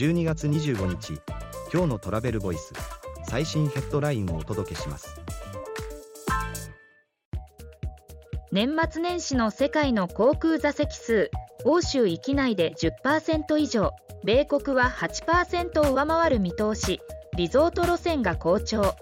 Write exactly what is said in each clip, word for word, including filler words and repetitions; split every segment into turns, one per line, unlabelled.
じゅうにがつにじゅうごにち、今日のトラベルボイス、最新ヘッドラインをお届けします。
年末年始の世界の航空座席数、欧州域内で じゅっパーセント 以上、米国は はちパーセント を上回る見通し、リゾート路線が好調。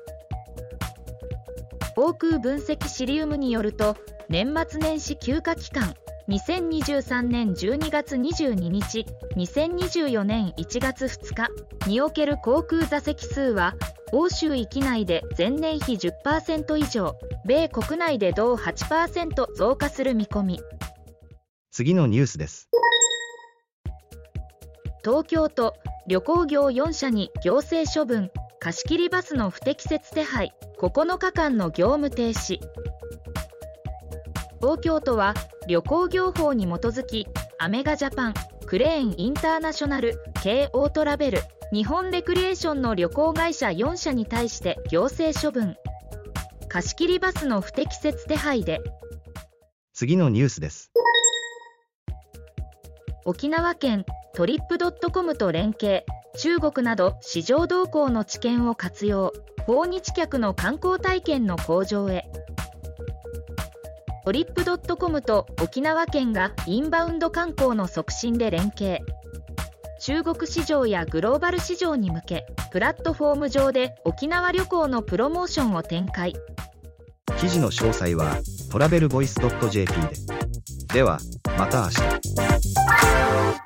航空分析シリウムによると、年末年始休暇期間、にせんにじゅうさんねんじゅうにがつにじゅうににち、にせんにじゅうよねんいちがつふつかにおける航空座席数は、欧州域内で前年比 じゅっパーセント 以上、米国内で同 はちパーセント 増加する見込み。
次のニュースです。
東京都、旅行業よんしゃに行政処分、貸切バスの不適切手配、ここのかかんの業務停止。東京都は旅行業法に基づき、アメガジャパン、クレーンインターナショナル、Kオートラベル、日本レクリエーションの旅行会社よんしゃに対して行政処分。貸切バスの不適切手配で。
次のニュースです。
沖縄県トリップドットコムと連携、中国など市場動向の知見を活用、訪日客の観光体験の向上へ。トリップドットコムと沖縄県がインバウンド観光の促進で連携。中国市場やグローバル市場に向け、プラットフォーム上で沖縄旅行のプロモーションを展開。
記事の詳細はトラベルボイス .jp で。では、また明日。